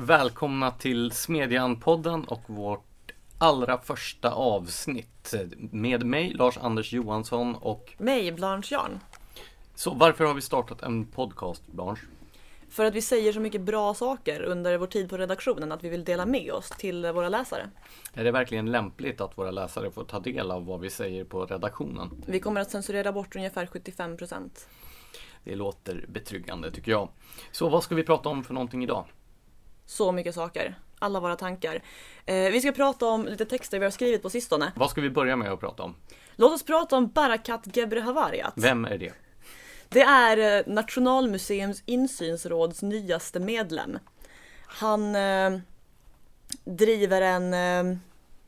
välkomna till Smedjan-podden och vårt allra första avsnitt med mig, Lars-Anders Johansson och mig, Blanche Jarn. Så varför har vi startat en podcast, Blanche? För att vi säger så mycket bra saker under vår tid på redaktionen att vi vill dela med oss till våra läsare. Är det verkligen lämpligt att våra läsare får ta del av vad vi säger på redaktionen? Vi kommer att censurera bort ungefär 75%. Det låter betryggande tycker jag. Så vad ska vi prata om för någonting idag? Så mycket saker. Alla våra tankar. Vi ska prata om lite texter vi har skrivit på sistone. Vad ska vi börja med att prata om? Låt oss prata om Barakat Gebrehavariat. Vem är det? Det är Nationalmuseums insynsråds nyaste medlem. Han driver en...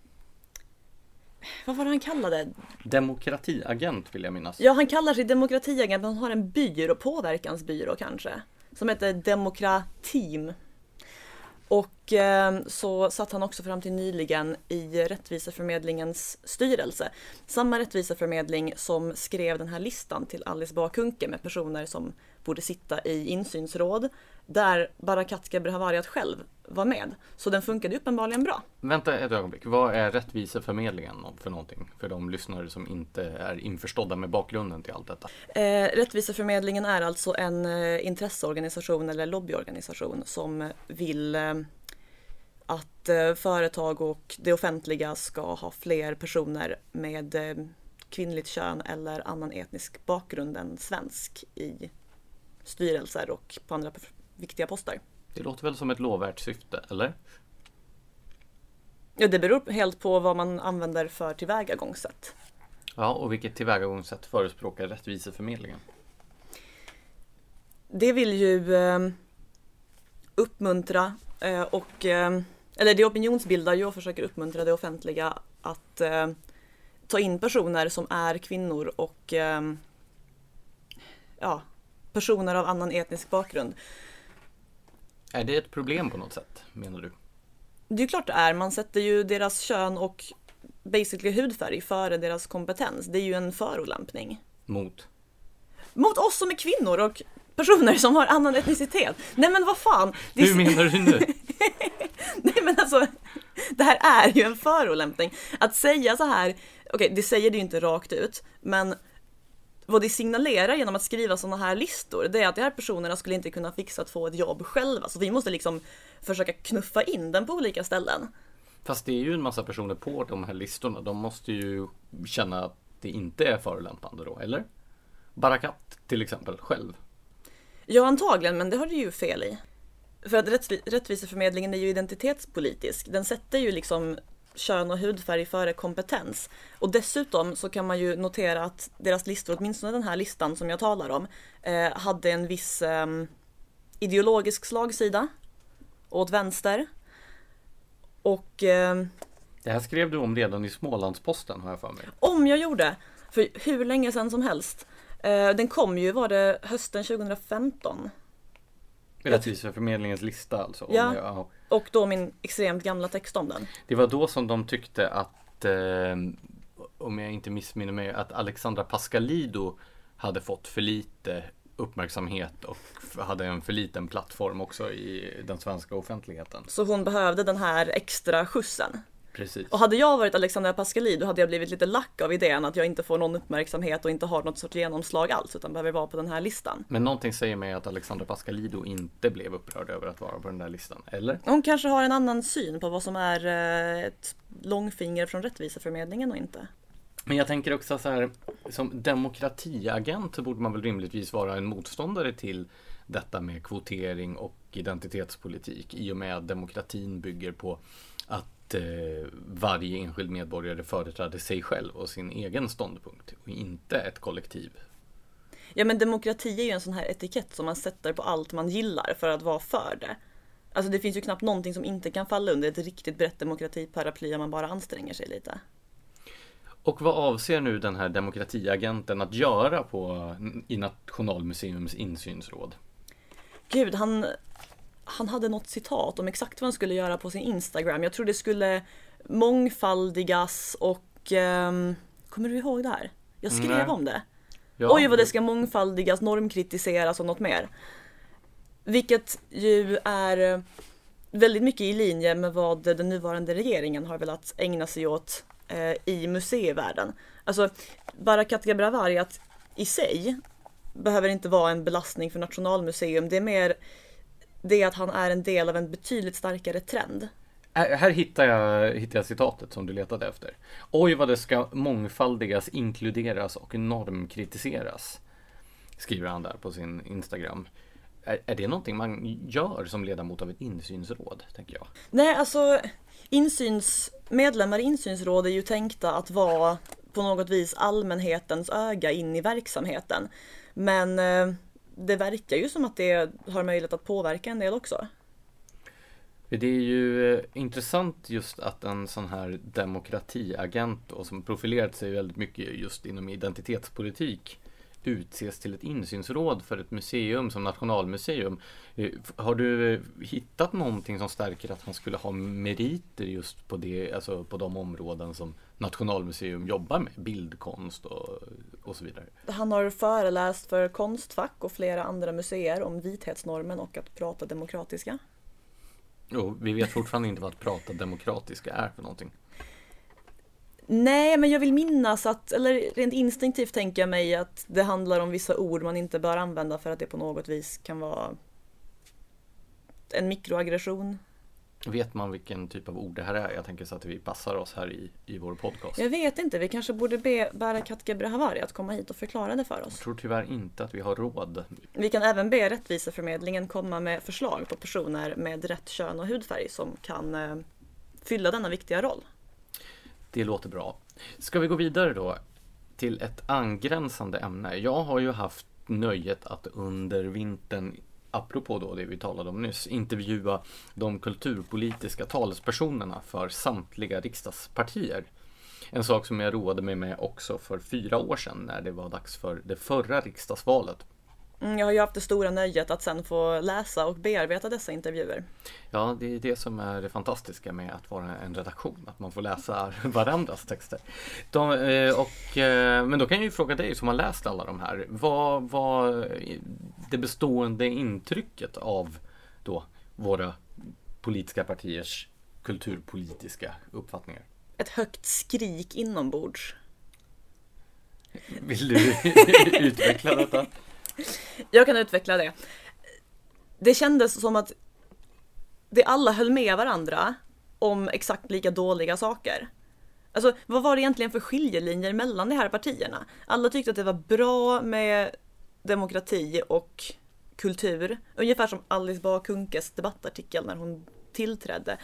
vad var det han kallade? Demokratiagent vill jag minnas. Ja, han kallar sig demokratiagent, men han har en byrå, påverkansbyrå kanske, som heter Demokrateam. Och så satt han också fram till nyligen i Rättviseförmedlingens styrelse. Samma Rättviseförmedling som skrev den här listan till Alice Bah Kuhnke med personer som borde sitta i insynsråd, där Barakat Gebrehavariat själv var med. Så den funkade uppenbarligen bra. Vänta ett ögonblick, vad är Rättviseförmedlingen för någonting? För de lyssnare som inte är införstådda med bakgrunden till allt detta. Rättviseförmedlingen är alltså en intresseorganisation eller lobbyorganisation som vill att företag och det offentliga ska ha fler personer med kvinnligt kön eller annan etnisk bakgrund än svensk i styrelser och på andra viktiga poster. Det låter väl som ett lovvärt syfte, eller? Ja, det beror helt på vad man använder för tillvägagångssätt. Ja, och vilket tillvägagångssätt förespråkar Rättviseförmedlingen? Det vill ju uppmuntra eller det opinionsbildar ju och försöker uppmuntra det offentliga att ta in personer som är kvinnor och personer av annan etnisk bakgrund. Är det ett problem på något sätt, menar du? Det är klart det är. Man sätter ju deras kön och basically hudfärg före deras kompetens. Det är ju en förolämpning. Mot oss som är kvinnor och personer som har annan etnicitet. Nej men vad fan. Hur menar du nu? Nej men alltså, det här är ju en förolämpning. Att säga så här, okej, det säger det ju inte rakt ut, men vad det signalerar genom att skriva såna här listor, det är att de här personerna skulle inte kunna fixa att få ett jobb själva. Så vi måste liksom försöka knuffa in den på olika ställen. Fast det är ju en massa personer på de här listorna. De måste ju känna att det inte är förolämpande då, eller? Barakat till exempel, själv. Ja, antagligen, men det har du ju fel i. För att Rättviseförmedlingen är ju identitetspolitisk. Den sätter ju liksom kön och hudfärg före kompetens. Och dessutom så kan man ju notera att deras listor, åtminstone den här listan som jag talar om, hade en viss ideologisk slagsida åt vänster. Och det här skrev du om redan i Smålandsposten, har jag för mig. Om jag gjorde, för hur länge sedan som helst. Den kom ju, var det hösten 2015? Rättviseförmedlingens lista alltså. Ja, och då min extremt gamla text om den. Det var då som de tyckte att, om jag inte missminner mig, att Alexandra Pascalidou hade fått för lite uppmärksamhet och hade en för liten plattform också i den svenska offentligheten. Så hon behövde den här extra skjutsen. Precis. Och hade jag varit Alexandra Pascalidou hade jag blivit lite lack av idén att jag inte får någon uppmärksamhet och inte har något sorts genomslag alls utan behöver vara på den här listan. Men någonting säger mig att Alexandra Pascalidou inte blev upprörd över att vara på den där listan, eller? Hon kanske har en annan syn på vad som är ett långfinger från Rättviseförmedlingen och inte. Men jag tänker också så här, som demokratiagent så borde man väl rimligtvis vara en motståndare till detta med kvotering och identitetspolitik i och med att demokratin bygger på att varje enskild medborgare företräder sig själv och sin egen ståndpunkt och inte ett kollektiv. Ja, men demokrati är ju en sån här etikett som man sätter på allt man gillar för att vara för det. Alltså det finns ju knappt någonting som inte kan falla under ett riktigt brett demokratiparaply om man bara anstränger sig lite. Och vad avser nu den här demokratiagenten att göra i Nationalmuseums insynsråd? Gud, han hade något citat om exakt vad han skulle göra på sin Instagram. Jag tror det skulle mångfaldigas och... kommer du ihåg det här? Jag skrev om det. Ja, oj, vad det ska mångfaldigas, normkritiseras och något mer. Vilket ju är väldigt mycket i linje med vad den nuvarande regeringen har velat ägna sig åt i museivärlden. Alltså, Barakat Gebravariat i sig behöver inte vara en belastning för Nationalmuseum. Det är mer det att han är en del av en betydligt starkare trend. Här hittar jag citatet som du letade efter. Oj vad det ska mångfaldigas, inkluderas och normkritiseras. Skriver han där på sin Instagram. Är det någonting man gör som ledamot av ett insynsråd, tänker jag? Nej, alltså medlemmar i insynsråd är ju tänkta att vara på något vis allmänhetens öga in i verksamheten. Men det verkar ju som att det har möjlighet att påverka en del också. Det är ju intressant just att en sån här demokratiagent och som profilerat sig väldigt mycket just inom identitetspolitik utses till ett insynsråd för ett museum som Nationalmuseum. Har du hittat någonting som stärker att han skulle ha meriter just på det, alltså på de områden som Nationalmuseum jobbar med, bildkonst och så vidare? Han har föreläst för Konstfack och flera andra museer om vithetsnormen och att prata demokratiska. Jo, vi vet fortfarande inte vad att prata demokratiska är för någonting. Nej, men jag vill minnas att, eller rent instinktivt tänker jag mig att det handlar om vissa ord man inte bör använda för att det på något vis kan vara en mikroaggression. Vet man vilken typ av ord det här är? Jag tänker så att vi passar oss här i vår podcast. Jag vet inte, vi kanske borde be Barakat Gebrehavari att komma hit och förklara det för oss. Jag tror tyvärr inte att vi har råd. Vi kan även be Rättviseförmedlingen komma med förslag på personer med rätt kön och hudfärg som kan fylla denna viktiga roll. Det låter bra. Ska vi gå vidare då till ett angränsande ämne? Jag har ju haft nöjet att under vintern, apropå då det vi talade om nyss, intervjua de kulturpolitiska talespersonerna för samtliga riksdagspartier. En sak som jag roade mig med också för 4 år sedan när det var dags för det förra riksdagsvalet. Jag har ju haft det stora nöjet att sen få läsa och bearbeta dessa intervjuer. Ja, det är det som är det fantastiska med att vara en redaktion, att man får läsa varandras texter. Men då kan jag ju fråga dig som har läst alla de här, vad var det bestående intrycket av då våra politiska partiers kulturpolitiska uppfattningar? Ett högt skrik inombords. Vill du utveckla detta? Jag kan utveckla det. Det kändes som att det alla höll med varandra om exakt lika dåliga saker. Alltså, vad var det egentligen för skiljelinjer mellan de här partierna? Alla tyckte att det var bra med demokrati och kultur. Ungefär som Alice Bah Kuhnkes debattartikel när hon tillträdde.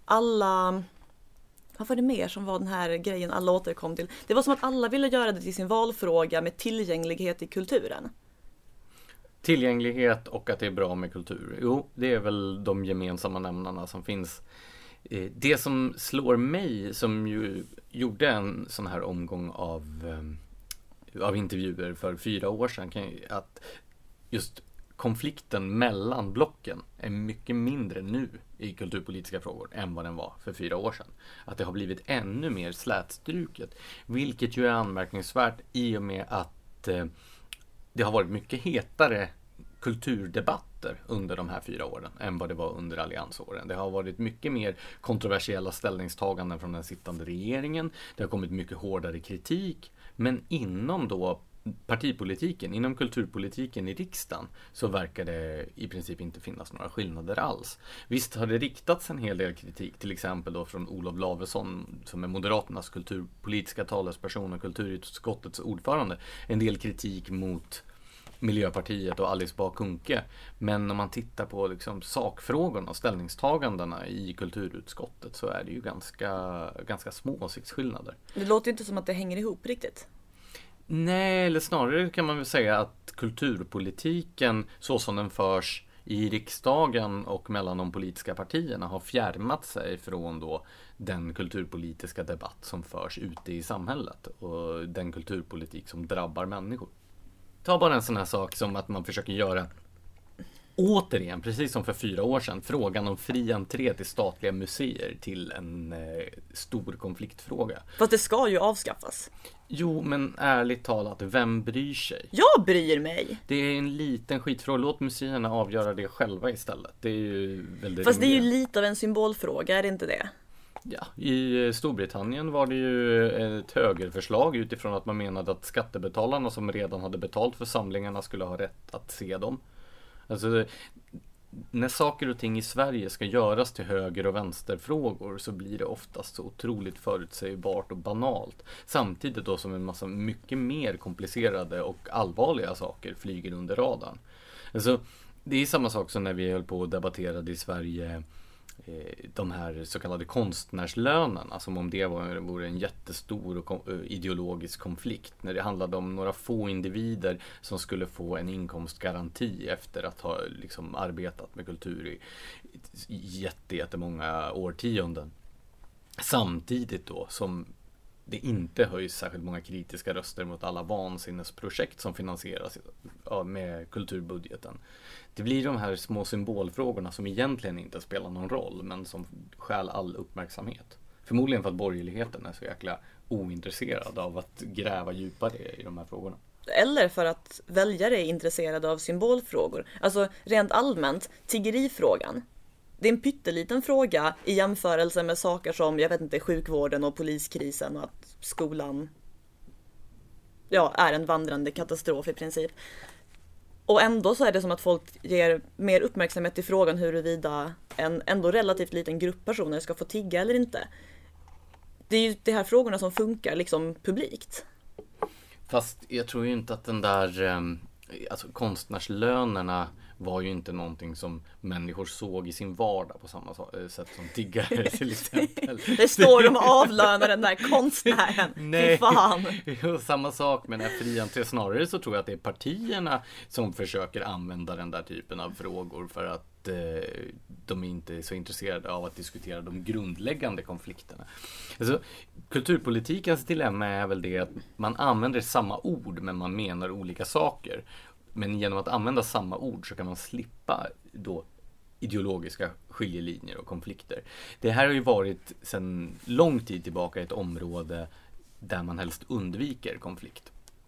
Vad var det mer som var den här grejen alla återkom till? Det var som att alla ville göra det till sin valfråga med tillgänglighet i kulturen. Tillgänglighet och att det är bra med kultur. Jo, det är väl de gemensamma nämnarna som finns. Det som slår mig, som ju gjorde en sån här omgång av intervjuer för 4 år sedan, att just konflikten mellan blocken är mycket mindre nu i kulturpolitiska frågor än vad den var för 4 år sedan. Att det har blivit ännu mer slätstruket, vilket ju är anmärkningsvärt i och med att det har varit mycket hetare kulturdebatter under de här 4 åren än vad det var under alliansåren. Det har varit mycket mer kontroversiella ställningstaganden från den sittande regeringen. Det har kommit mycket hårdare kritik. Men inom då partipolitiken, inom kulturpolitiken i riksdagen, så verkar det i princip inte finnas några skillnader alls. Visst har det riktats en hel del kritik, till exempel då från Olof Lavesson som är Moderaternas kulturpolitiska talesperson och kulturutskottets ordförande. En del kritik mot Miljöpartiet och Alice Bah Kuhnke. Men om man tittar på liksom sakfrågorna och ställningstagandena i kulturutskottet så är det ju ganska små åsiktsskillnader. Det låter ju inte som att det hänger ihop riktigt. Nej, eller snarare kan man väl säga att kulturpolitiken så som den förs i riksdagen och mellan de politiska partierna har fjärmat sig från då den kulturpolitiska debatt som förs ute i samhället och den kulturpolitik som drabbar människor. Ta bara en sån här sak som att man försöker göra återigen, precis som för 4 år sedan, frågan om fri entré till statliga museer till en stor konfliktfråga. Fast det ska ju avskaffas. Jo, men ärligt talat, vem bryr sig? Jag bryr mig! Det är en liten skitfråga. Låt museerna avgöra det själva istället. Det är ju väldigt Fast det är ju rimligt. lite av en symbolfråga, är det inte det? Ja, i Storbritannien var det ju ett högerförslag utifrån att man menade att skattebetalarna som redan hade betalt för samlingarna skulle ha rätt att se dem. Alltså, när saker och ting i Sverige ska göras till höger- och vänsterfrågor så blir det oftast så otroligt förutsägbart och banalt. Samtidigt då som en massa mycket mer komplicerade och allvarliga saker flyger under radarn. Alltså, det är samma sak som när vi höll på och debatterade i Sverige de här så kallade konstnärslönerna, som om det vore en jättestor och ideologisk konflikt, när det handlade om några få individer som skulle få en inkomstgaranti efter att ha liksom arbetat med kultur i jättemånga årtionden. Samtidigt då som det inte höjs särskilt många kritiska röster mot alla vansinnesprojekt som finansieras med kulturbudgeten. Det blir de här små symbolfrågorna som egentligen inte spelar någon roll, men som stjäl all uppmärksamhet. Förmodligen för att borgerligheten är så jäkla ointresserad av att gräva djupare i de här frågorna. Eller för att väljare är intresserade av symbolfrågor. Alltså rent allmänt, tiggerifrågan. Det är en pytteliten fråga i jämförelse med saker som, jag vet inte, sjukvården och poliskrisen och att skolan är en vandrande katastrof i princip. Och ändå så är det som att folk ger mer uppmärksamhet till frågan huruvida en ändå relativt liten grupp personer ska få tigga eller inte. Det är ju de här frågorna som funkar liksom publikt. Fast jag tror ju inte att den där alltså konstnärslönerna var ju inte någonting som människor såg i sin vardag på samma sätt som tiggare till exempel. Det står de avlönar den där konstnären. Nej, fy fan. Samma sak med den här fri entré. Snarare så tror jag att det är partierna som försöker använda den där typen av frågor för att de inte är så intresserade av att diskutera de grundläggande konflikterna. Alltså, kulturpolitikens dilemma är väl det att man använder samma ord men man menar olika saker. Men genom att använda samma ord så kan man slippa då ideologiska skiljelinjer och konflikter. Det här har ju varit sedan lång tid tillbaka ett område där man helst undviker konflikt.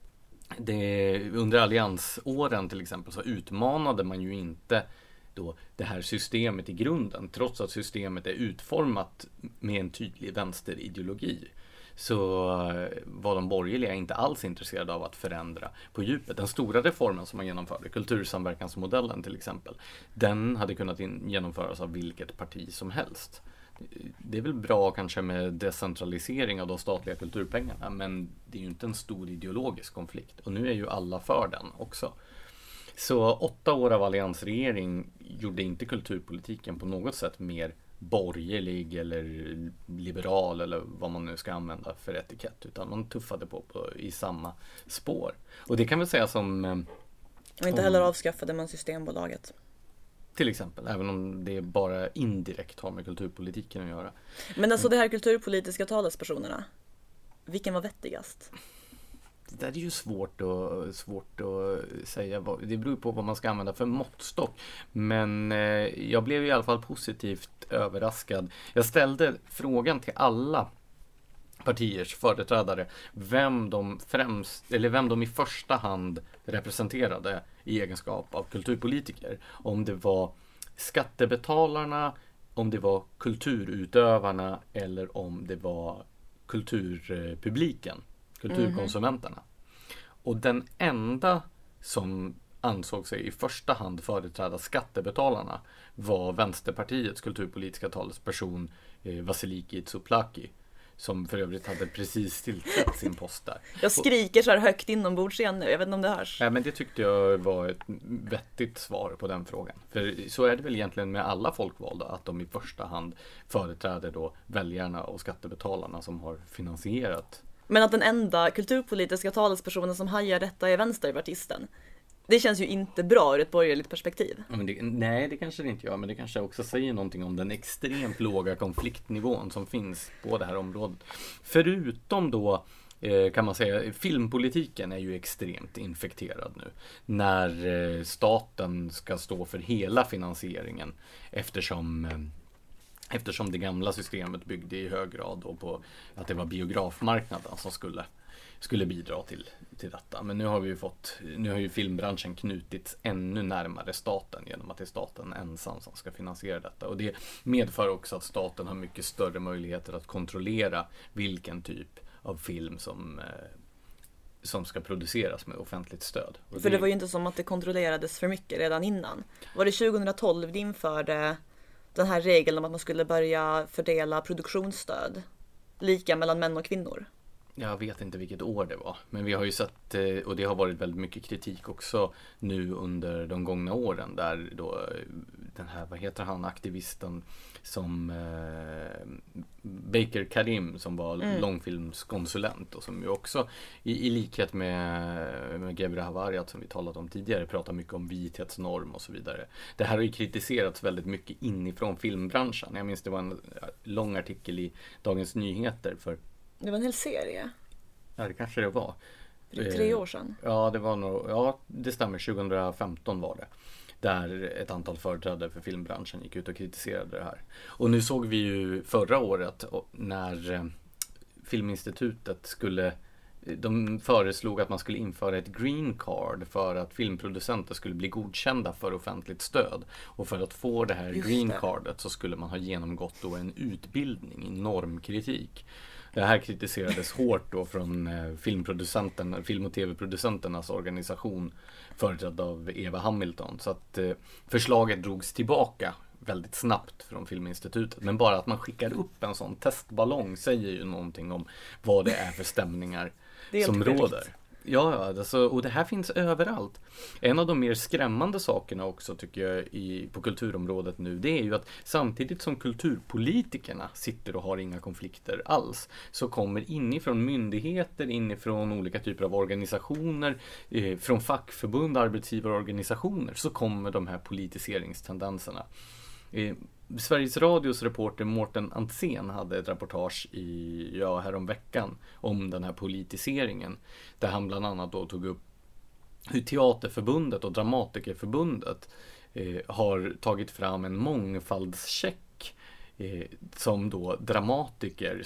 Under alliansåren till exempel så utmanade man ju inte då det här systemet i grunden, trots att systemet är utformat med en tydlig vänsterideologi. Så var de borgerliga inte alls intresserade av att förändra på djupet. Den stora reformen som man genomförde, kultursamverkansmodellen till exempel, den hade kunnat genomföras av vilket parti som helst. Det är väl bra kanske med decentralisering av de statliga kulturpengarna, men det är ju inte en stor ideologisk konflikt. Och nu är ju alla för den också. Så 8 år av alliansregering gjorde inte kulturpolitiken på något sätt mer borgerlig eller liberal eller vad man nu ska använda för etikett, utan man tuffade på i samma spår. Och det kan väl säga som Och inte heller avskaffade man Systembolaget. till exempel, även om det bara indirekt har med kulturpolitiken att göra. Men alltså det här kulturpolitiska talespersonerna, vilken var vettigast? Det där är ju svårt att säga. Det beror på vad man ska använda för måttstock. Men jag blev i alla fall positivt överraskad. Jag ställde frågan till alla partiers företrädare vem de i första hand representerade i egenskap av kulturpolitiker. Om det var skattebetalarna, om det var kulturutövarna eller om det var kulturpubliken. Kulturkonsumenterna. Och den enda som ansåg sig i första hand företräda skattebetalarna var Vänsterpartiets kulturpolitiska talesperson Vasiliki Tsouplaki, som för övrigt hade precis tillträtt sin post där. Jag skriker så här högt inombords igen nu, jag vet inte om det hörs. Ja, men det tyckte jag var ett vettigt svar på den frågan. För så är det väl egentligen med alla folkvalda, att de i första hand företräder då väljarna och skattebetalarna som har finansierat. Men att den enda kulturpolitiska talespersonen som hajar detta är vänsterpartisten. Det känns ju inte bra ur ett borgerligt perspektiv. Ja, men nej, det kanske det inte gör, men det kanske också säger någonting om den extremt låga konfliktnivån som finns på det här området. Förutom då kan man säga, filmpolitiken är ju extremt infekterad nu. När staten ska stå för hela finansieringen eftersom det gamla systemet byggde i hög grad då på att det var biografmarknaden som skulle bidra till detta. Men nu har ju filmbranschen knutits ännu närmare staten genom att det är staten ensam som ska finansiera detta. Och det medför också att staten har mycket större möjligheter att kontrollera vilken typ av film som ska produceras med offentligt stöd. Och för det var ju inte som att det kontrollerades för mycket redan innan. Var det 2012 det införde den här regeln om att man skulle börja fördela produktionsstöd lika mellan män och kvinnor? Jag vet inte vilket år det var, men vi har ju sett, och det har varit väldigt mycket kritik också nu under de gångna åren, där då den här, vad heter han, aktivisten som Baker Karim, som var långfilmskonsulent och som ju också i likhet med Gebra Havariat som vi talat om tidigare pratar mycket om vithetsnorm och så vidare. Det här har ju kritiserats väldigt mycket inifrån filmbranschen. Jag minns det var en lång artikel i Dagens Nyheter för det var en hel serie. Ja, det kanske det var. För det 3 år sedan. Ja, det var nog, ja, det stämmer. 2015 var det. Där ett antal företrädare för filmbranschen gick ut och kritiserade det här. Och nu såg vi ju förra året när Filminstitutet de föreslog att man skulle införa ett green card för att filmproducenter skulle bli godkända för offentligt stöd. Och för att få det här green cardet så skulle man ha genomgått då en utbildning i normkritik. Det här kritiserades hårt då från film- och tv-producenternas organisation företrädd av Eva Hamilton. Så att förslaget drogs tillbaka väldigt snabbt från Filminstitutet. Men bara att man skickar upp en sån testballong säger ju någonting om vad det är för stämningar som råder. Ja, alltså, och det här finns överallt. En av de mer skrämmande sakerna också tycker jag på kulturområdet nu, det är ju att samtidigt som kulturpolitikerna sitter och har inga konflikter alls, så kommer inifrån myndigheter, inifrån olika typer av organisationer, från fackförbund, arbetsgivarorganisationer, så kommer de här politiseringstendenserna. Sveriges Radios reporter Mårten Antzén hade ett reportage häromveckan om den här politiseringen, där han bland annat då tog upp hur Teaterförbundet och Dramatikerförbundet har tagit fram en mångfaldscheck som då dramatiker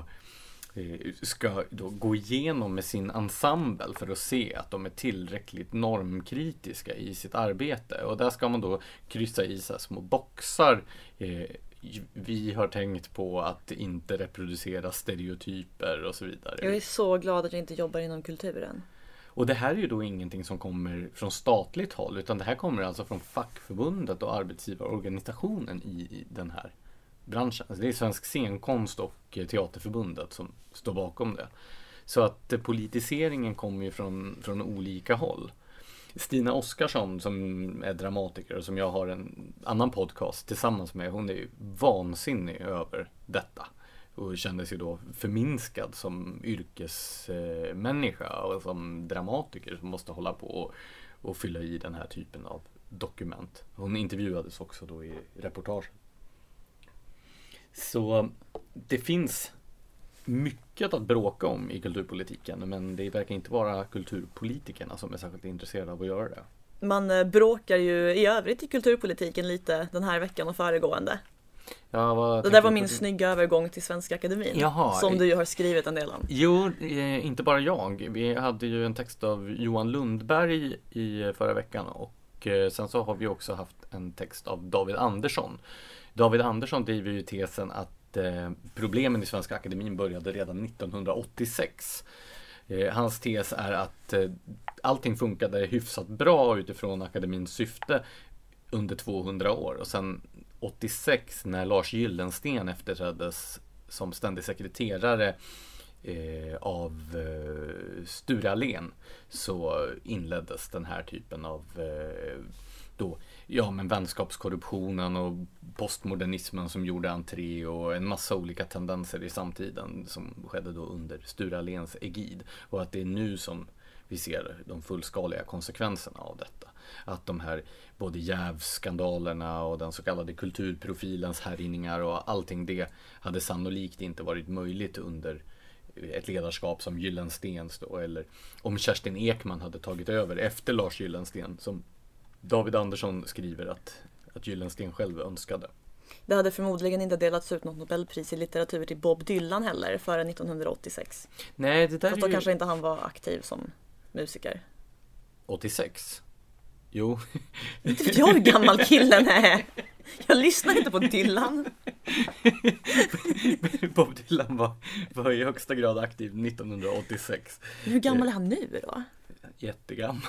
ska då gå igenom med sin ensemble för att se att de är tillräckligt normkritiska i sitt arbete. Och där ska man då kryssa i så här små boxar. Vi har tänkt på att inte reproducera stereotyper och så vidare. Jag är så glad att jag inte jobbar inom kulturen. Och det här är ju då ingenting som kommer från statligt håll, utan det här kommer alltså från fackförbundet och arbetsgivarorganisationen i den här branschen. Alltså det är Svensk scenkonst och Teaterförbundet som står bakom det. Så att politiseringen kommer ju från olika håll. Stina Oskarsson som är dramatiker och som jag har en annan podcast tillsammans med, hon är ju vansinnig över detta. Och kände sig då förminskad som yrkesmänniska och som dramatiker som måste hålla på och fylla i den här typen av dokument. Hon intervjuades också då i reportaget. Så det finns mycket att bråka om i kulturpolitiken, men det verkar inte vara kulturpolitikerna som är särskilt intresserade av att göra det. Man bråkar ju i övrigt i kulturpolitiken lite den här veckan och föregående. Ja, det där var min snygga övergång till Svenska Akademin. Jaha, som du ju har skrivit en del om. Jo, inte bara jag. Vi hade ju en text av Johan Lundberg i förra veckan och sen så har vi också haft en text av David Andersson. David Andersson driver ju tesen att problemen i Svenska Akademin började redan 1986. Hans tes är att allting funkade hyfsat bra utifrån akademins syfte under 200 år. Och sen 86 när Lars Gyllensten efterträddes som ständig sekreterare av Sture Allén, så inleddes den här typen av vänskapskorruptionen och postmodernismen som gjorde entré och en massa olika tendenser i samtiden som skedde då under Sture Alléns egid. Och att det är nu som vi ser de fullskaliga konsekvenserna av detta. Att de här både jävsskandalerna och den så kallade kulturprofilens härjningar och allting det hade sannolikt inte varit möjligt under ett ledarskap som Gyllenstens då, eller om Kerstin Ekman hade tagit över efter Lars Gyllensten, som David Andersson skriver att Gyllensten själv önskade. Det hade förmodligen inte delats ut något Nobelpris i litteratur till Bob Dylan heller före 1986. Nej, det där fast då kanske inte han var aktiv som musiker. 86? Jo. Inte vet jag hur gammal killen är. Jag lyssnar inte på Dylan. Bob Dylan var i högsta grad aktiv 1986. Hur gammal är han nu då? Jättegammal.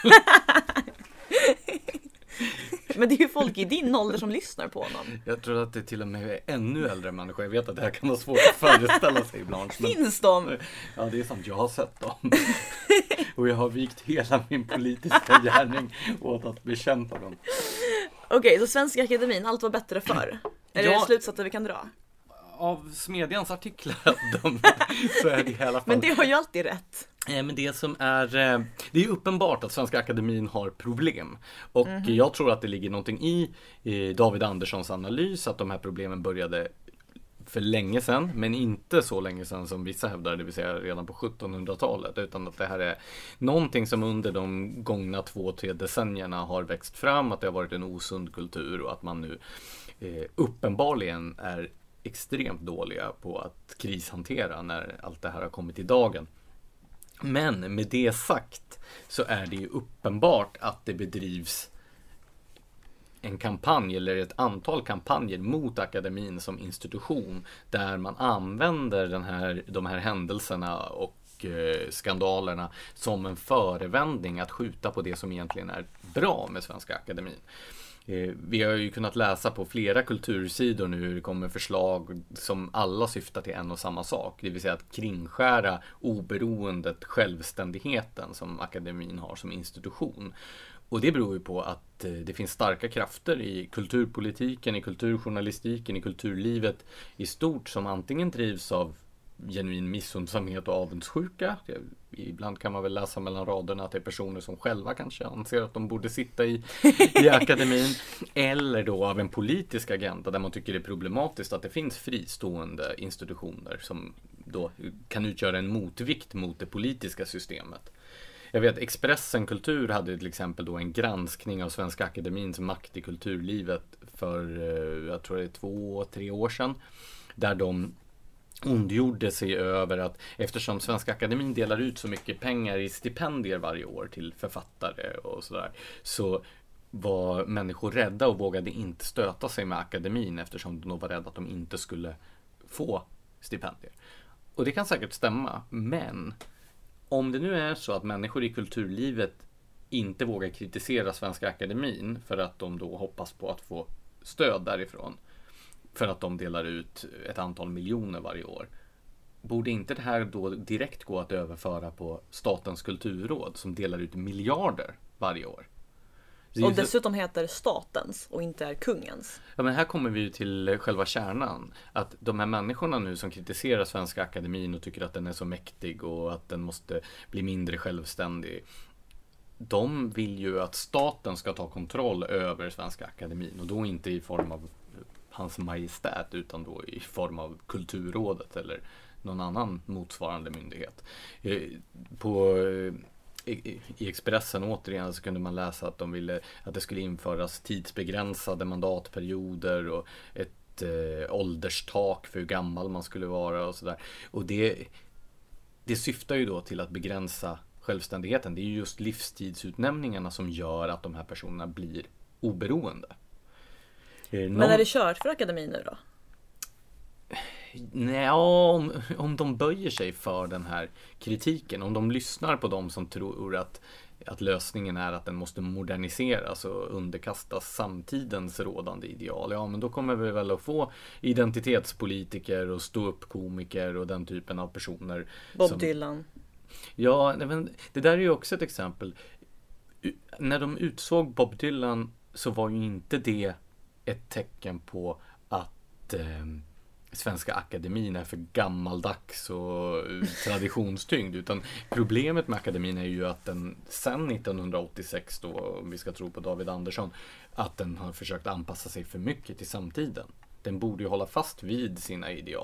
Men det är ju folk i din ålder som lyssnar på honom. Jag tror att det till och med är ännu äldre människor. Jag vet att det här kan vara svårt att föreställa sig ibland. Finns de? Ja, det är sant. Jag har sett dem. Och jag har vikt hela min politiska gärning åt att bekämpa dem. Okej, så Svenska Akademin, allt var bättre förr. Är det slutsatser vi kan dra? Av Smedjans artiklar så är det i alla fall. Men det har ju alltid rätt. Men det är uppenbart att Svenska Akademin har problem. Och jag tror att det ligger någonting i David Anderssons analys, att de här problemen började för länge sedan, men inte så länge sedan som vissa hävdar, det vill säga redan på 1700-talet, utan att det här är någonting som under de gångna 2-3 decennierna har växt fram, att det har varit en osund kultur och att man nu uppenbarligen är extremt dåliga på att krishantera när allt det här har kommit i dagen. Men med det sagt så är det ju uppenbart att det bedrivs en kampanj eller ett antal kampanjer mot akademin som institution, där man använder de här händelserna och skandalerna som en förevändning att skjuta på det som egentligen är bra med Svenska Akademin. Vi har ju kunnat läsa på flera kultursidor nu hur det kommer förslag som alla syftar till en och samma sak. Det vill säga att kringskära oberoendet, självständigheten som akademin har som institution. Och det beror ju på att det finns starka krafter i kulturpolitiken, i kulturjournalistiken, i kulturlivet i stort som antingen drivs av genuin missundsamhet och avundsjuka. Ibland kan man väl läsa mellan raderna att det är personer som själva kanske anser att de borde sitta i akademin. Eller då av en politisk agenda där man tycker det är problematiskt att det finns fristående institutioner som då kan utgöra en motvikt mot det politiska systemet. Jag vet, Expressen Kultur hade till exempel då en granskning av Svenska Akademins makt i kulturlivet för, jag tror det är 2-3 år sedan, där de ondgjorde sig över att eftersom Svenska Akademin delar ut så mycket pengar i stipendier varje år till författare och sådär, så var människor rädda och vågade inte stöta sig med akademin eftersom de var rädda att de inte skulle få stipendier. Och det kan säkert stämma, men om det nu är så att människor i kulturlivet inte vågar kritisera Svenska Akademin för att de då hoppas på att få stöd därifrån, för att de delar ut ett antal miljoner varje år, borde inte det här då direkt gå att överföra på Statens kulturråd som delar ut miljarder varje år? Och dessutom heter statens och inte är kungens. Ja, men här kommer vi ju till själva kärnan. Att de här människorna nu som kritiserar Svenska Akademin och tycker att den är så mäktig och att den måste bli mindre självständig, de vill ju att staten ska ta kontroll över Svenska Akademin, och då inte i form av Hans Majestät utan då i form av Kulturrådet eller någon annan motsvarande myndighet. I Expressen återigen så kunde man läsa att de ville att det skulle införas tidsbegränsade mandatperioder och ett ålderstak för hur gammal man skulle vara och sådär. Och det syftar ju då till att begränsa självständigheten. Det är ju just livstidsutnämningarna som gör att de här personerna blir oberoende. Men är det kört för akademin nu då? Nej, om de böjer sig för den här kritiken, om de lyssnar på dem som tror att lösningen är att den måste moderniseras och underkastas samtidens rådande ideal, ja, men då kommer vi väl att få identitetspolitiker och stå-upp-komiker och den typen av personer. Bob Dylan. Ja, det där är ju också ett exempel. När de utsåg Bob Dylan så var ju inte det ett tecken på att Svenska Akademin är för gammaldags och traditionstyngd, utan problemet med akademin är ju att den sedan 1986 då, om vi ska tro på David Andersson, att den har försökt anpassa sig för mycket till samtiden. Den borde ju hålla fast vid sina ideal.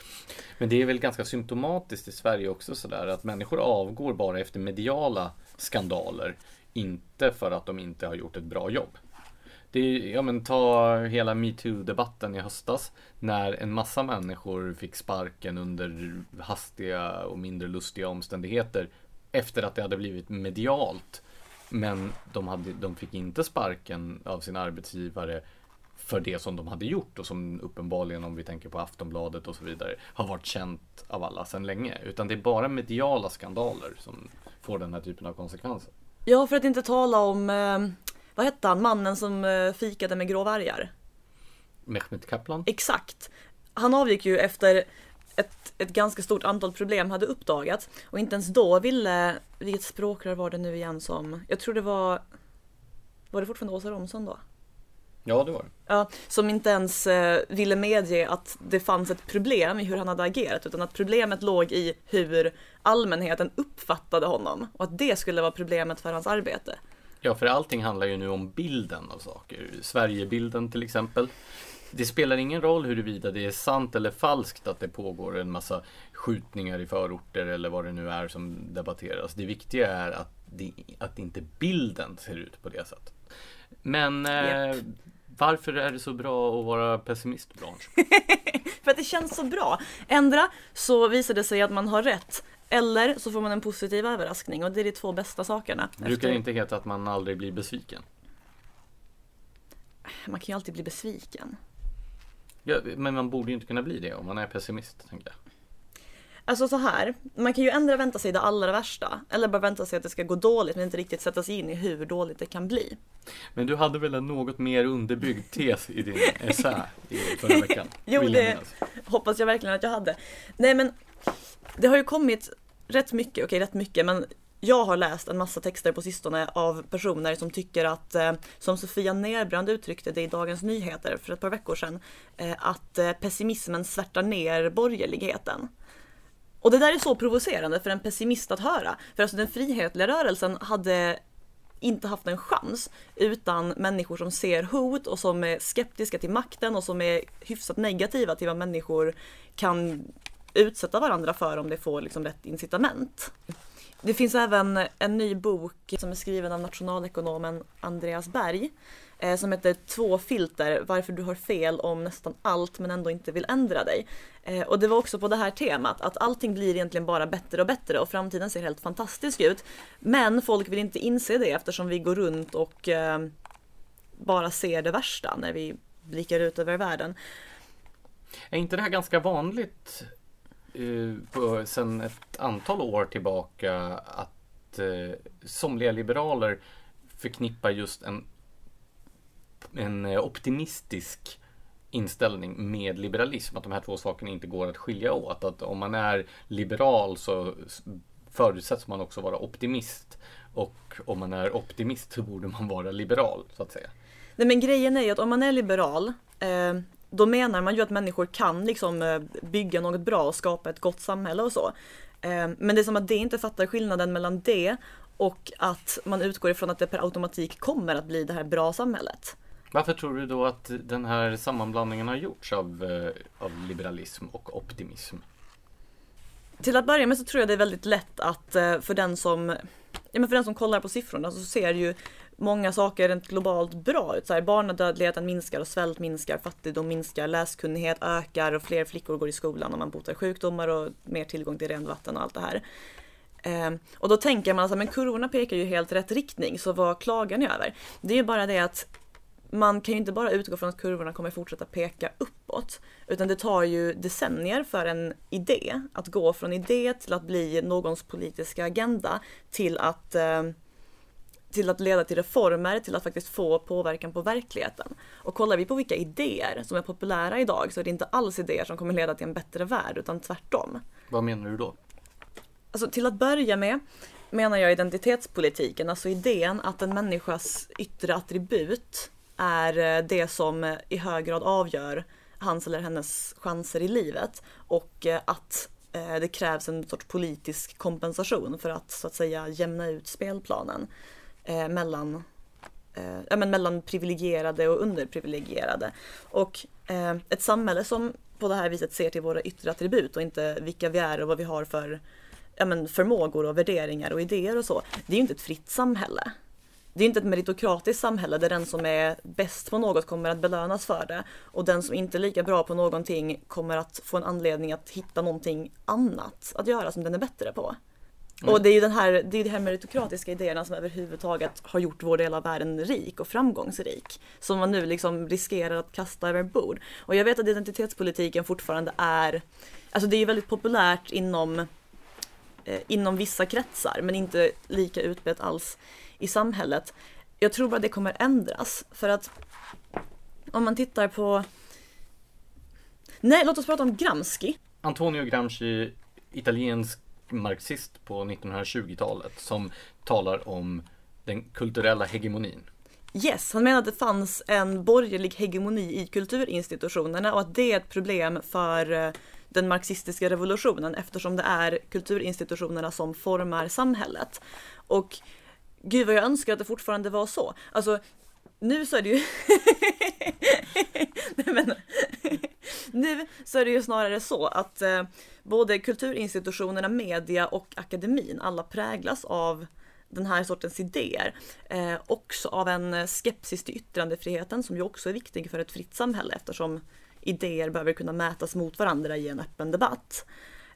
Men det är väl ganska symptomatiskt i Sverige också sådär att människor avgår bara efter mediala skandaler, inte för att de inte har gjort ett bra jobb. Det är, ja men ta hela MeToo-debatten i höstas när en massa människor fick sparken under hastiga och mindre lustiga omständigheter efter att det hade blivit medialt. Men de fick inte sparken av sin arbetsgivare för det som de hade gjort och som uppenbarligen, om vi tänker på Aftonbladet och så vidare, har varit känt av alla sedan länge. Utan det är bara mediala skandaler som får den här typen av konsekvenser. Ja, för att inte tala om, vad hette han, mannen som fikade med gråvargar? Mehmet Kaplan? Exakt. Han avgick ju efter ett ganska stort antal problem hade uppdagats och inte ens då ville, vilket språkrör var det nu igen som, jag tror det var det fortfarande Åsa Romson då? Ja, det var det. Ja, som inte ens ville medge att det fanns ett problem i hur han hade agerat, utan att problemet låg i hur allmänheten uppfattade honom och att det skulle vara problemet för hans arbete. Ja, för allting handlar ju nu om bilden av saker. Sverigebilden till exempel. Det spelar ingen roll huruvida det är sant eller falskt att det pågår en massa skjutningar i förorter eller vad det nu är som debatteras. Det viktiga är att inte bilden ser ut på det sättet. Men varför är det så bra att vara pessimist, Blanche? För att det känns så bra. Ändra så visar det sig att man har rätt. Eller så får man en positiv överraskning. Och det är de två bästa sakerna. Det brukar inte heta att man aldrig blir besviken. Man kan ju alltid bli besviken. Ja, men man borde ju inte kunna bli det om man är pessimist, tänker jag. Alltså så här, man kan ju ändra vänta sig det allra värsta. Eller bara vänta sig att det ska gå dåligt men inte riktigt sätta sig in i hur dåligt det kan bli. Men du hade väl en något mer underbyggd tes i din essä i förra veckan? Jo, det hoppas jag verkligen att jag hade. Nej, men det har ju kommit rätt mycket, men jag har läst en massa texter på sistone av personer som tycker att, som Sofia Nerbrand uttryckte det i Dagens Nyheter för ett par veckor sedan, att pessimismen svärtar ner borgerligheten. Och det där är så provocerande för en pessimist att höra. För alltså den frihetliga rörelsen hade inte haft en chans utan människor som ser hot och som är skeptiska till makten och som är hyfsat negativa till vad människor kan utsätta varandra för om det får liksom rätt incitament. Det finns även en ny bok som är skriven av nationalekonomen Andreas Berg som heter 2 filter, varför du har fel om nästan allt men ändå inte vill ändra dig. Och det var också på det här temat att allting blir egentligen bara bättre och bättre och framtiden ser helt fantastisk ut. Men folk vill inte inse det eftersom vi går runt och bara ser det värsta när vi blickar ut över världen. Är inte det här ganska vanligt sedan ett antal år tillbaka att somliga liberaler förknippar just en optimistisk inställning med liberalism, att de här två sakerna inte går att skilja åt, att om man är liberal så förutsätts man också vara optimist och om man är optimist så borde man vara liberal, så att säga. Nej, men grejen är ju att om man är liberal då menar man ju att människor kan liksom bygga något bra och skapa ett gott samhälle och så. Men det är som att det inte fattar skillnaden mellan det och att man utgår ifrån att det per automatik kommer att bli det här bra samhället. Varför tror du då att den här sammanblandningen har gjorts av liberalism och optimism? Till att börja med så tror jag det är väldigt lätt att för den som kollar på siffrorna så ser ju många saker rent globalt bra ut. Så här, barnadödligheten minskar och svält minskar, fattigdom minskar, läskunnighet ökar och fler flickor går i skolan och man botar sjukdomar och mer tillgång till rent vatten och allt det här. Och då tänker man alltså, men kurvorna pekar ju helt rätt riktning, så vad klagar ni över? Det är ju bara det att man kan ju inte bara utgå från att kurvorna kommer fortsätta peka uppåt, utan det tar ju decennier för en idé att gå från idé till att bli någons politiska agenda till att leda till reformer, till att faktiskt få påverkan på verkligheten. Och kollar vi på vilka idéer som är populära idag så är det inte alls idéer som kommer leda till en bättre värld, utan tvärtom. Vad menar du då? Alltså till att börja med menar jag identitetspolitiken, alltså idén att en människas yttre attribut är det som i hög grad avgör hans eller hennes chanser i livet och att det krävs en sorts politisk kompensation för att så att säga jämna ut spelplanen mellan privilegierade och underprivilegierade. Och ett samhälle som på det här viset ser till våra yttre attribut och inte vilka vi är och vad vi har för förmågor och värderingar och idéer och så. Det är ju inte ett fritt samhälle. Det är inte ett meritokratiskt samhälle där den som är bäst på något kommer att belönas för det och den som inte är lika bra på någonting kommer att få en anledning att hitta någonting annat att göra som den är bättre på. Och det är ju de här meritokratiska idéerna som överhuvudtaget har gjort vår del av världen rik och framgångsrik. Som man nu liksom riskerar att kasta över bord. Och jag vet att identitetspolitiken fortfarande är, alltså det är väldigt populärt inom vissa kretsar men inte lika utbrett alls i samhället. Jag tror bara det kommer ändras för att om man tittar på låt oss prata om Gramsci. Antonio Gramsci, italiensk marxist på 1920-talet som talar om den kulturella hegemonin. Yes, han menar att det fanns en borgerlig hegemoni i kulturinstitutionerna och att det är ett problem för den marxistiska revolutionen eftersom det är kulturinstitutionerna som formar samhället. Och gud vad jag önskar att det fortfarande var så. Alltså, nu så är det ju nu så är det ju snarare så att både kulturinstitutionerna, media och akademin alla präglas av den här sortens idéer. Också av en skepsis till yttrandefriheten som ju också är viktig för ett fritt samhälle eftersom idéer behöver kunna mätas mot varandra i en öppen debatt.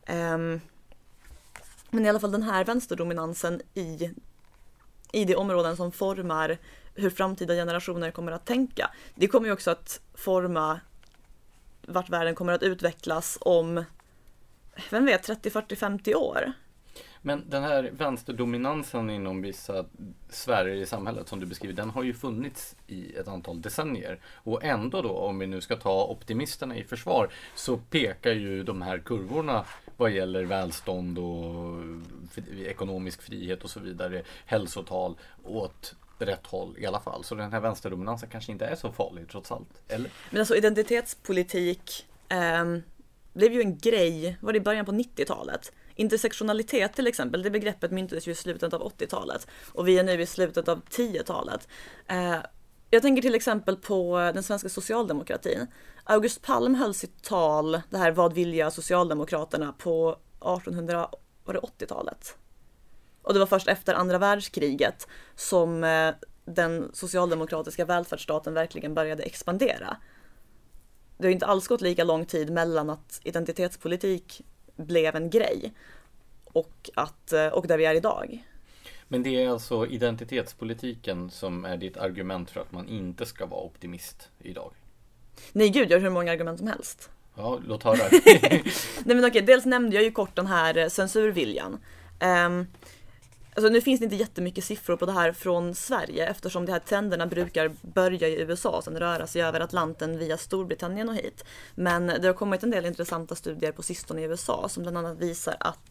Men i alla fall den här vänsterdominansen i de områden som formar hur framtida generationer kommer att tänka. Det kommer ju också att forma vart världen kommer att utvecklas om, vem vet, 30, 40, 50 år. Men den här vänsterdominansen inom vissa sfärer i samhället som du beskriver, den har ju funnits i ett antal decennier. Och ändå då, om vi nu ska ta optimisterna i försvar, så pekar ju de här kurvorna vad gäller välstånd och ekonomisk frihet och så vidare, hälsotal, åt rätt håll i alla fall. Så den här vänsterdominansen kanske inte är så farlig trots allt, eller? Men alltså identitetspolitik blev ju en grej, var det i början på 90-talet? Intersektionalitet till exempel, det begreppet myntades ju i slutet av 80-talet och vi är nu i slutet av 10-talet. Jag tänker till exempel på den svenska socialdemokratin. August Palm höll sitt tal, det här vad vilja Socialdemokraterna, på 1880-talet. Och det var först efter andra världskriget som den socialdemokratiska välfärdsstaten verkligen började expandera. Det har inte alls gått lika lång tid mellan att identitetspolitik blev en grej och där vi är idag. Men det är alltså identitetspolitiken som är ditt argument för att man inte ska vara optimist idag? Nej gud, jag har hur många argument som helst. Ja, låt höra. Nej men okej, dels nämnde jag ju kort den här censurviljan. Alltså nu finns det inte jättemycket siffror på det här från Sverige eftersom de här trenderna brukar börja i USA och sen röra sig över Atlanten via Storbritannien och hit. Men det har kommit en del intressanta studier på sistone i USA som bland annat visar att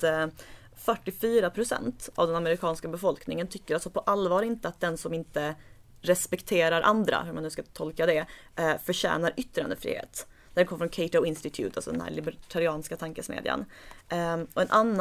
44% av den amerikanska befolkningen tycker alltså på allvar inte att den som inte respekterar andra, hur man nu ska tolka det, förtjänar yttrandefrihet. Det kommer från Cato Institute, alltså den här libertarianska tankesmedjan. Och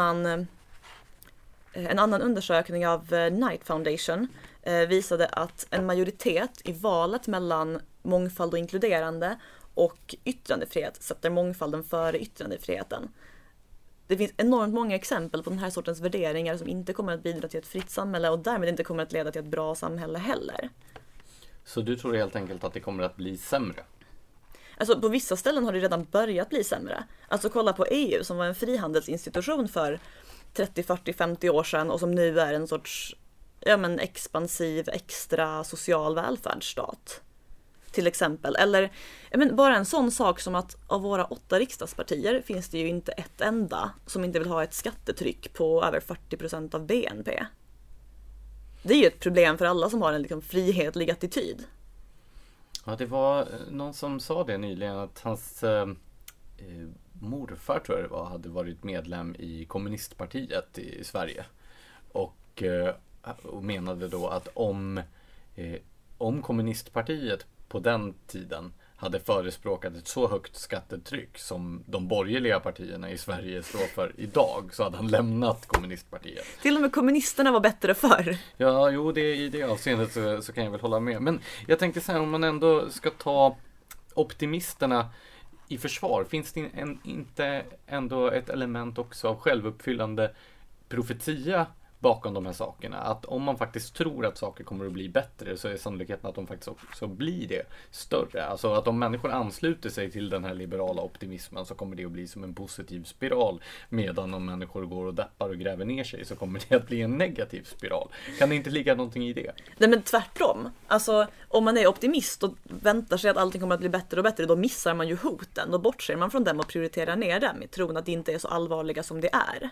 en annan undersökning av Knight Foundation visade att en majoritet i valet mellan mångfald och inkluderande och yttrandefrihet sätter mångfalden före yttrandefriheten. Det finns enormt många exempel på den här sortens värderingar som inte kommer att bidra till ett fritt samhälle och därmed inte kommer att leda till ett bra samhälle heller. Så du tror helt enkelt att det kommer att bli sämre? Alltså på vissa ställen har det redan börjat bli sämre. Alltså kolla på EU som var en frihandelsinstitution för 30, 40, 50 år sedan och som nu är en sorts expansiv, extra social välfärdsstat. Till exempel. Eller bara en sån sak som att av våra 8 riksdagspartier finns det ju inte ett enda som inte vill ha ett skattetryck på över 40% av BNP. Det är ju ett problem för alla som har en frihetlig attityd. Ja, det var någon som sa det nyligen att hans morfar, tror jag det var, hade varit medlem i kommunistpartiet i Sverige. Och menade då att om kommunistpartiet på den tiden hade förespråkat ett så högt skattetryck som de borgerliga partierna i Sverige står för idag, så hade han lämnat kommunistpartiet. Till och med kommunisterna var bättre förr. Ja, jo, i det avseendet så kan jag väl hålla med. Men jag tänkte så här, om man ändå ska ta optimisterna i försvar, finns det inte ändå ett element också av självuppfyllande profetia bakom de här sakerna? Att om man faktiskt tror att saker kommer att bli bättre, så är sannolikheten att de faktiskt också blir det större. Alltså att om människor ansluter sig till den här liberala optimismen, så kommer det att bli som en positiv spiral, medan om människor går och deppar och gräver ner sig, så kommer det att bli en negativ spiral. Kan det inte ligga någonting i det? Nej, men tvärtom. Alltså, om man är optimist och väntar sig att allting kommer att bli bättre och bättre, då missar man ju hoten. Då bortser man från dem och prioriterar ner dem i tron att det inte är så allvarliga som det är.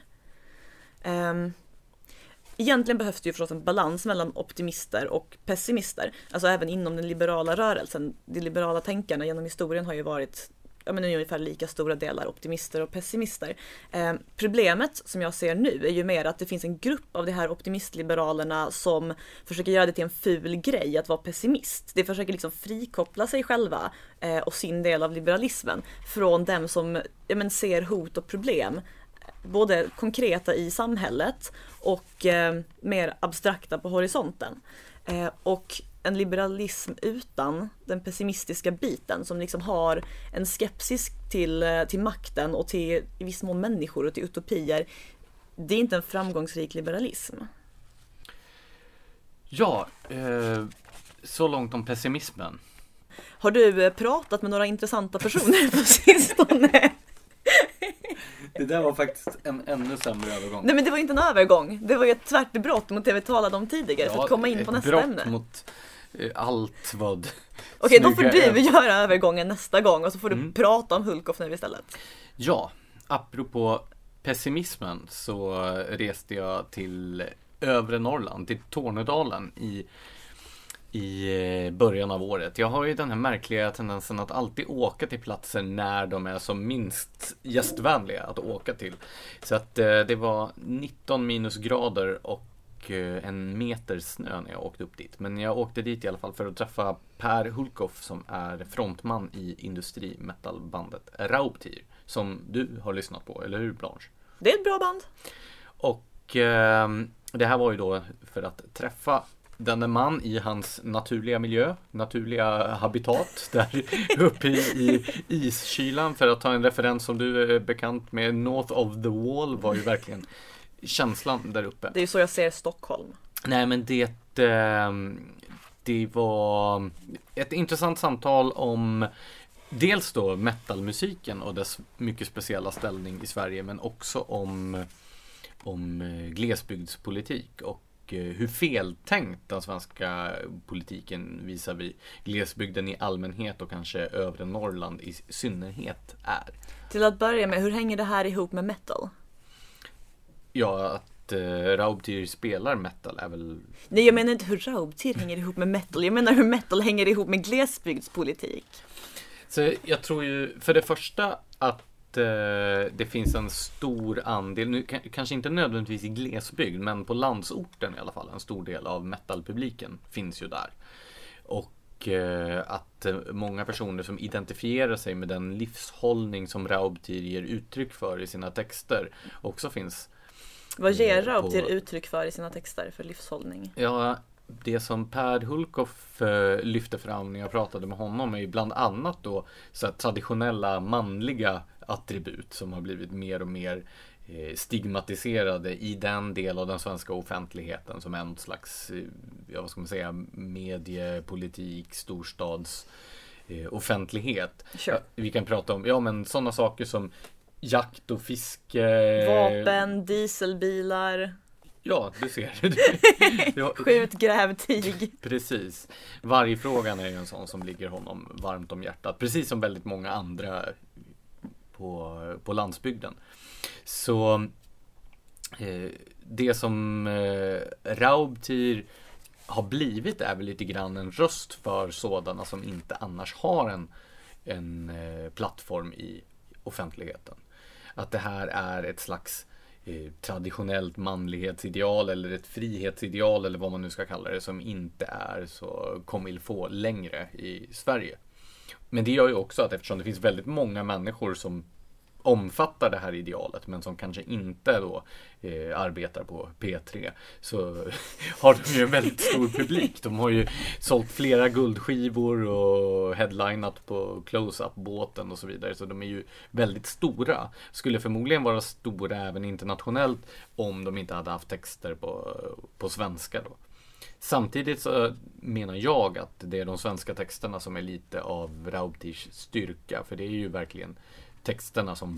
Egentligen behövs det ju förstås en balans mellan optimister och pessimister. Alltså även inom den liberala rörelsen. De liberala tänkarna genom historien har ju varit ungefär lika stora delar optimister och pessimister. Problemet som jag ser nu är ju mer att det finns en grupp av de här optimistliberalerna som försöker göra det till en ful grej att vara pessimist. De försöker liksom frikoppla sig själva och sin del av liberalismen från dem som ser hot och problem, både konkreta i samhället och mer abstrakta på horisonten. Och en liberalism utan den pessimistiska biten, som liksom har en skepsis till makten och till i viss mån människor och till utopier, det är inte en framgångsrik liberalism. Ja, så långt om pessimismen. Har du pratat med några intressanta personer på sistone? Det där var faktiskt en ännu sämre övergång. Nej, men det var inte en övergång. Det var ju ett tvärtbrott mot det vi talade om tidigare, för att komma in på nästa ämne. Brott mot allt vad... Okej, då får du göra övergången nästa gång och så får du prata om Hulthoff nu istället. Ja, apropå pessimismen så reste jag till övre Norrland, till Tornedalen i början av året. Jag har ju den här märkliga tendensen att alltid åka till platser när de är som minst gästvänliga att åka till. Så att det var 19 minusgrader och en meter snö när jag åkte upp dit. Men jag åkte dit i alla fall för att träffa Per Hulthoff, som är frontman i industrimetalbandet Raubtier, som du har lyssnat på, eller hur Blanche? Det är ett bra band. Och det här var ju då för att träffa denne man i hans naturliga miljö, naturliga habitat där uppe i iskylan. För att ta en referens som du är bekant med, North of the Wall var ju verkligen känslan där uppe. Det är ju så jag ser Stockholm. Nej, men det var ett intressant samtal om dels då metalmusiken och dess mycket speciella ställning i Sverige, men också om glesbygdspolitik och hur feltänkt den svenska politiken visavi glesbygden i allmänhet och kanske övre Norrland i synnerhet är. Till att börja med, hur hänger det här ihop med metal? Ja, att Raubtier spelar metal är väl... Nej, jag menar inte hur Raubtier hänger ihop med metal. Jag menar hur metal hänger ihop med glesbygdspolitik. Så jag tror ju för det första att det finns en stor andel, nu kanske inte nödvändigtvis i glesbygd, men på landsorten i alla fall, en stor del av metalpubliken finns ju där. Och att många personer som identifierar sig med den livshållning som Raubtier ger uttryck för i sina texter också finns. Vad ger Raubtier uttryck för i sina texter för livshållning? Ja, det som Per Hulthoff lyfte fram när jag pratade med honom är ju bland annat då så här traditionella manliga attribut som har blivit mer och mer stigmatiserade i den del av den svenska offentligheten som är en slags, vad ska man säga, mediepolitik, storstads offentlighet. Sure. Vi kan prata om men sådana saker som jakt och fiske, vapen, dieselbilar. Ja, du ser. Skjut, gräv, tig. Precis. Vargfrågan är ju en sån som ligger honom varmt om hjärtat. Precis som väldigt många andra på landsbygden. Så det som Raubtier har blivit är väl lite grann en röst för sådana som inte annars har en plattform i offentligheten. Att det här är ett slags traditionellt manlighetsideal eller ett frihetsideal eller vad man nu ska kalla det, som inte är så comme il faut längre i Sverige. Men det gör ju också att eftersom det finns väldigt många människor som omfattar det här idealet men som kanske inte då arbetar på P3, så har de ju en väldigt stor publik. De har ju sålt flera guldskivor och headlinat på Close-Up-båten och så vidare, så de är ju väldigt stora. Skulle förmodligen vara stora även internationellt om de inte hade haft texter på svenska då. Samtidigt så menar jag att det är de svenska texterna som är lite av Raubtirs styrka, för det är ju verkligen texterna som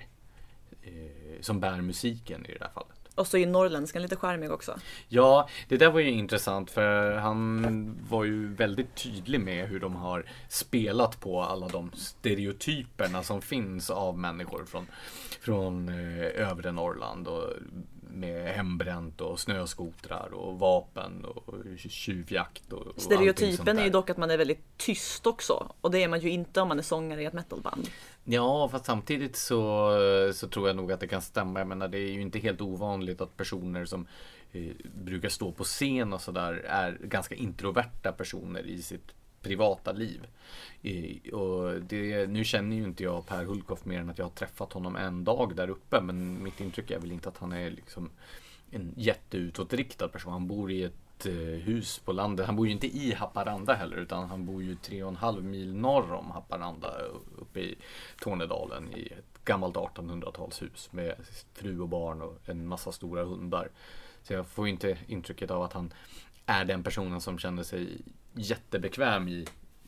bär musiken i det här fallet. Och så är norrländskan lite charmig också. Ja, det där var ju intressant, för han var ju väldigt tydlig med hur de har spelat på alla de stereotyperna som finns av människor från övre Norrland, och med hembränt och snöskotrar och vapen och tjuvjakt och stereotypen är ju dock att man är väldigt tyst också, och det är man ju inte om man är sångare i ett metalband. Ja, fast samtidigt så tror jag nog att det kan stämma. Jag menar, det är ju inte helt ovanligt att personer som brukar stå på scen och sådär är ganska introverta personer i sitt privata liv. Och nu känner ju inte jag Per Hultkoff mer än att jag har träffat honom en dag där uppe, men mitt intryck är väl inte att han är liksom en jätteutåtriktad person. Han bor i ett hus på landet. Han bor ju inte i Haparanda heller, utan han bor ju 3,5 mil norr om Haparanda uppe i Tornedalen i ett gammalt 1800-talshus med fru och barn och en massa stora hundar. Så jag får inte intrycket av att han är den personen som känner sig jättebekväm i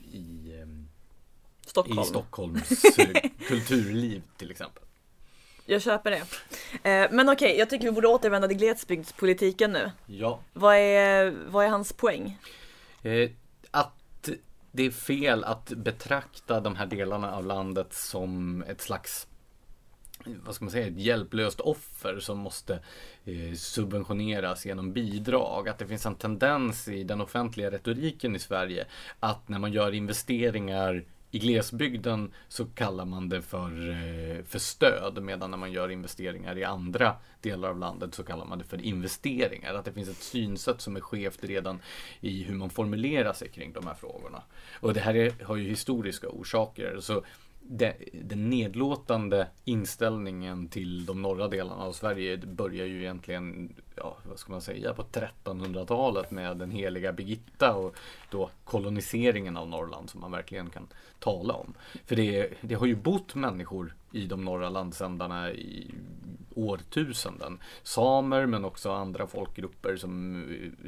Stockholms kulturliv till exempel. Jag köper det. Men okej, jag tycker vi borde återvända till glesbygdspolitiken nu. Ja. Vad är hans poäng? Att det är fel att betrakta de här delarna av landet som ett slags, vad ska man säga, ett hjälplöst offer som måste subventioneras genom bidrag. Att det finns en tendens i den offentliga retoriken i Sverige att när man gör investeringar i glesbygden så kallar man det för stöd, medan när man gör investeringar i andra delar av landet så kallar man det för investeringar. Att det finns ett synsätt som är skevt redan i hur man formulerar sig kring de här frågorna. Och det här har ju historiska orsaker. Så den nedlåtande inställningen till de norra delarna av Sverige börjar ju egentligen, vad ska man säga, på 1300-talet med den heliga Birgitta och då koloniseringen av Norrland som man verkligen kan tala om. För det har ju bott människor i de norra landsändarna i årtusenden. Samer, men också andra folkgrupper som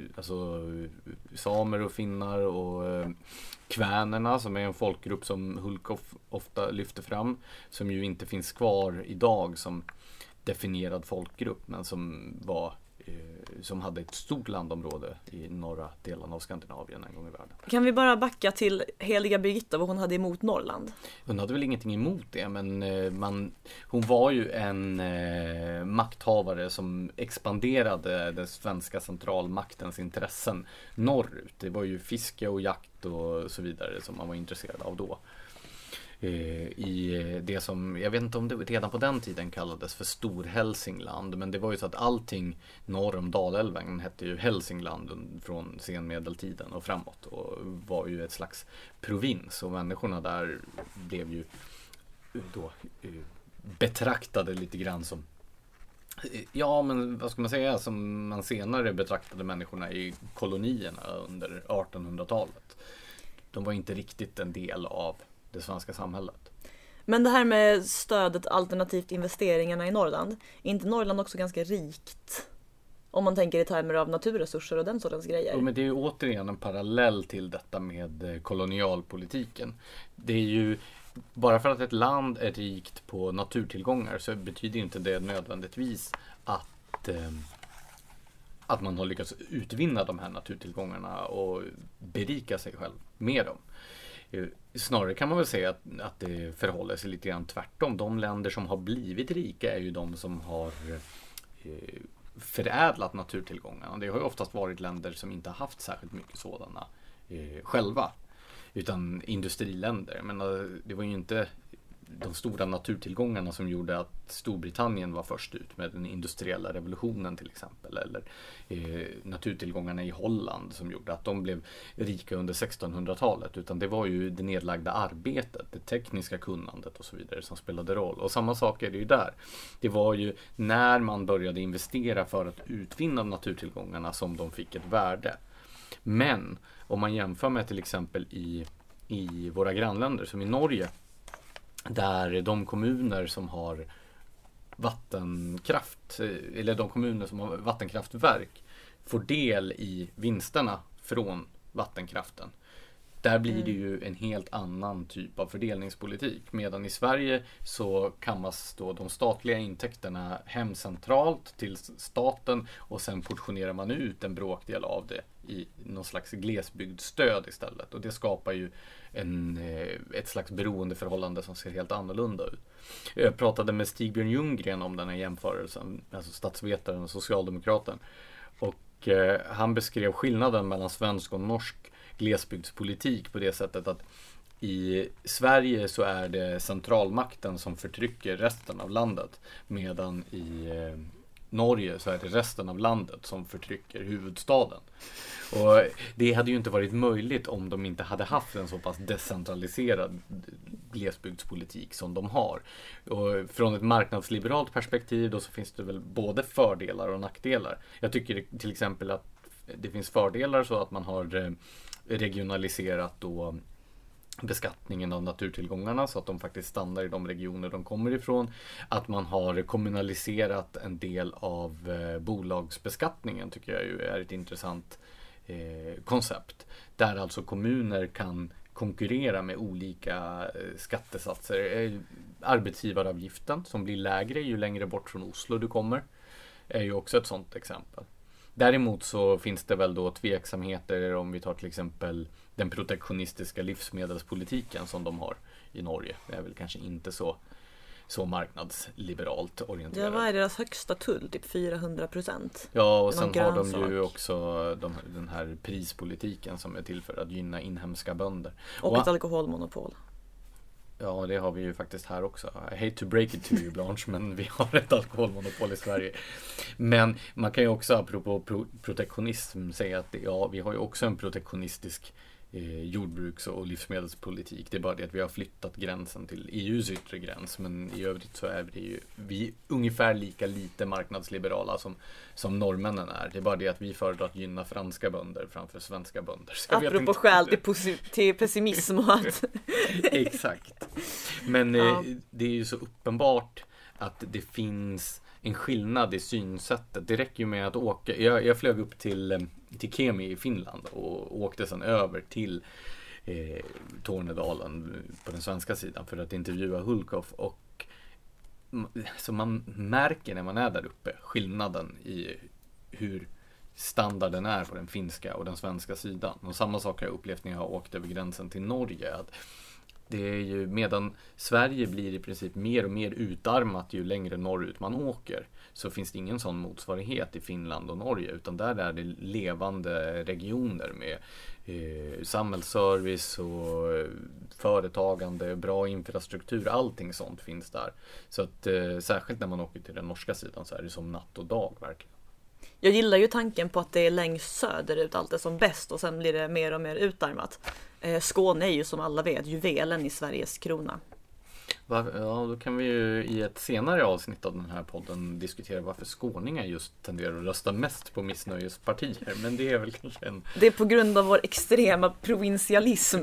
samer och finnar och kvänerna, som är en folkgrupp som Hultkoff ofta lyfter fram, som ju inte finns kvar idag som definierad folkgrupp, men som hade ett stort landområde i norra delen av Skandinavien en gång i världen. Kan vi bara backa till heliga Birgitta, vad hon hade emot Norrland? Hon hade väl ingenting emot det, men hon var ju en makthavare som expanderade den svenska centralmaktens intressen norrut. Det var ju fiske och jakt och så vidare som man var intresserad av då. I det som, jag vet inte om det redan på den tiden kallades för Storhälsingland, men det var ju så att allting norr om Dalälven hette ju Hälsingland från senmedeltiden och framåt, och var ju ett slags provins, och människorna där blev ju då betraktade lite grann som, ja men vad ska man säga, som man senare betraktade människorna i kolonierna under 1800-talet. De var inte riktigt en del av det svenska samhället. Men det här med stödet alternativt investeringarna i Norrland, är inte Norrland också ganska rikt? Om man tänker i termer av naturresurser och den sortens grejer. Jo, men det är ju återigen en parallell till detta med kolonialpolitiken. Det är ju, bara för att ett land är rikt på naturtillgångar så betyder inte det nödvändigtvis att man har lyckats utvinna de här naturtillgångarna och berika sig själv med dem. Snarare kan man väl säga att det förhåller sig lite grann tvärtom. De länder som har blivit rika är ju de som har förädlat naturtillgångarna. Det har ju oftast varit länder som inte har haft särskilt mycket sådana själva, utan industriländer. Men det var ju inte de stora naturtillgångarna som gjorde att Storbritannien var först ut med den industriella revolutionen till exempel, eller naturtillgångarna i Holland som gjorde att de blev rika under 1600-talet, utan det var ju det nedlagda arbetet, det tekniska kunnandet och så vidare som spelade roll. Och samma sak är det ju där. Det var ju när man började investera för att utvinna naturtillgångarna som de fick ett värde. Men om man jämför med till exempel i våra grannländer som i Norge, där de kommuner som har vattenkraft, eller de kommuner som har vattenkraftverk får del i vinsterna från vattenkraften. Där blir det ju en helt annan typ av fördelningspolitik. Medan i Sverige så kammas då de statliga intäkterna hem centralt till staten och sen portionerar man ut en bråkdel av det i någon slags glesbygdsstöd istället. Och det skapar ju ett slags beroendeförhållande som ser helt annorlunda ut. Jag pratade med Stig-Björn Ljunggren om den här jämförelsen, alltså statsvetaren och socialdemokraten. Och han beskrev skillnaden mellan svensk och norsk glesbygdspolitik på det sättet att i Sverige så är det centralmakten som förtrycker resten av landet, medan i Norge så är det resten av landet som förtrycker huvudstaden. Och det hade ju inte varit möjligt om de inte hade haft en så pass decentraliserad glesbygdspolitik som de har. Och från ett marknadsliberalt perspektiv då så finns det väl både fördelar och nackdelar. Jag tycker till exempel att det finns fördelar så att man har regionaliserat då beskattningen av naturtillgångarna så att de faktiskt stannar i de regioner de kommer ifrån. Att man har kommunaliserat en del av bolagsbeskattningen tycker jag ju är ett intressant koncept. Där alltså kommuner kan konkurrera med olika skattesatser. Arbetsgivaravgiften som blir lägre ju längre bort från Oslo du kommer är ju också ett sådant exempel. Däremot så finns det väl då tveksamheter om vi tar till exempel den protektionistiska livsmedelspolitiken som de har i Norge. Det är väl kanske inte så marknadsliberalt orienterat. Ja, vad är deras högsta tull? Typ 400%. Ja, och sen har de ju också den här prispolitiken som är till för att gynna inhemska bönder. Och ett alkoholmonopol. Ja, det har vi ju faktiskt här också. I hate to break it to you, Blanche, men vi har ett alkoholmonopol i Sverige. Men man kan ju också, apropå protektionism, säga att vi har ju också en protektionistisk jordbruks- och livsmedelspolitik. Det är bara det att vi har flyttat gränsen till EUs yttre gräns, men i övrigt så är vi ungefär lika lite marknadsliberala som norrmännen är. Det är bara det att vi föredrar att gynna franska bönder framför svenska bönder. Apropå skäl till pessimism och allt. Exakt. Men det är ju så uppenbart att det finns en skillnad i synsättet. Det räcker ju med att åka. Jag flög upp till Kemi i Finland och åkte sedan över till Tornedalen på den svenska sidan för att intervjua Hulthoff, och så man märker när man är där uppe skillnaden i hur standarden är på den finska och den svenska sidan. Och samma sak har jag upplevt när jag har åkt över gränsen till Norge, att det är ju, medan Sverige blir i princip mer och mer utarmat ju längre norrut man åker, så finns det ingen sån motsvarighet i Finland och Norge, utan där är det levande regioner med samhällsservice och företagande, bra infrastruktur, allting sånt finns där. Så att särskilt när man åker till den norska sidan så är det som natt och dag verkligen. Jag gillar ju tanken på att det är längst söderut allt är som bäst och sen blir det mer och mer utarmat. Skåne är ju som alla vet juvelen i Sveriges krona. Ja, då kan vi ju i ett senare avsnitt av den här podden diskutera varför skåningar just tenderar att rösta mest på missnöjespartier. Men det är väl kanske Det är på grund av vår extrema provinsialism.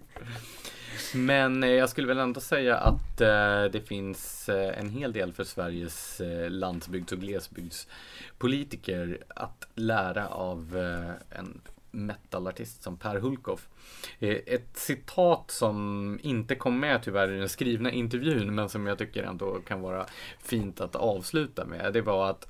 Men jag skulle väl ändå säga att det finns en hel del för Sveriges landsbygds- och glesbygdspolitiker att lära av en metalartist som Per Hulthoff. Ett citat som inte kom med tyvärr i den skrivna intervjun, men som jag tycker ändå kan vara fint att avsluta med, det var att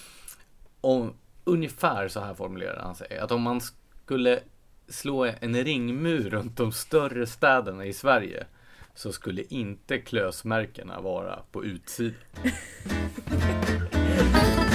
ungefär så här formulerar han sig, att om man skulle slå en ringmur runt de större städerna i Sverige så skulle inte klösmärkena vara på utsidan.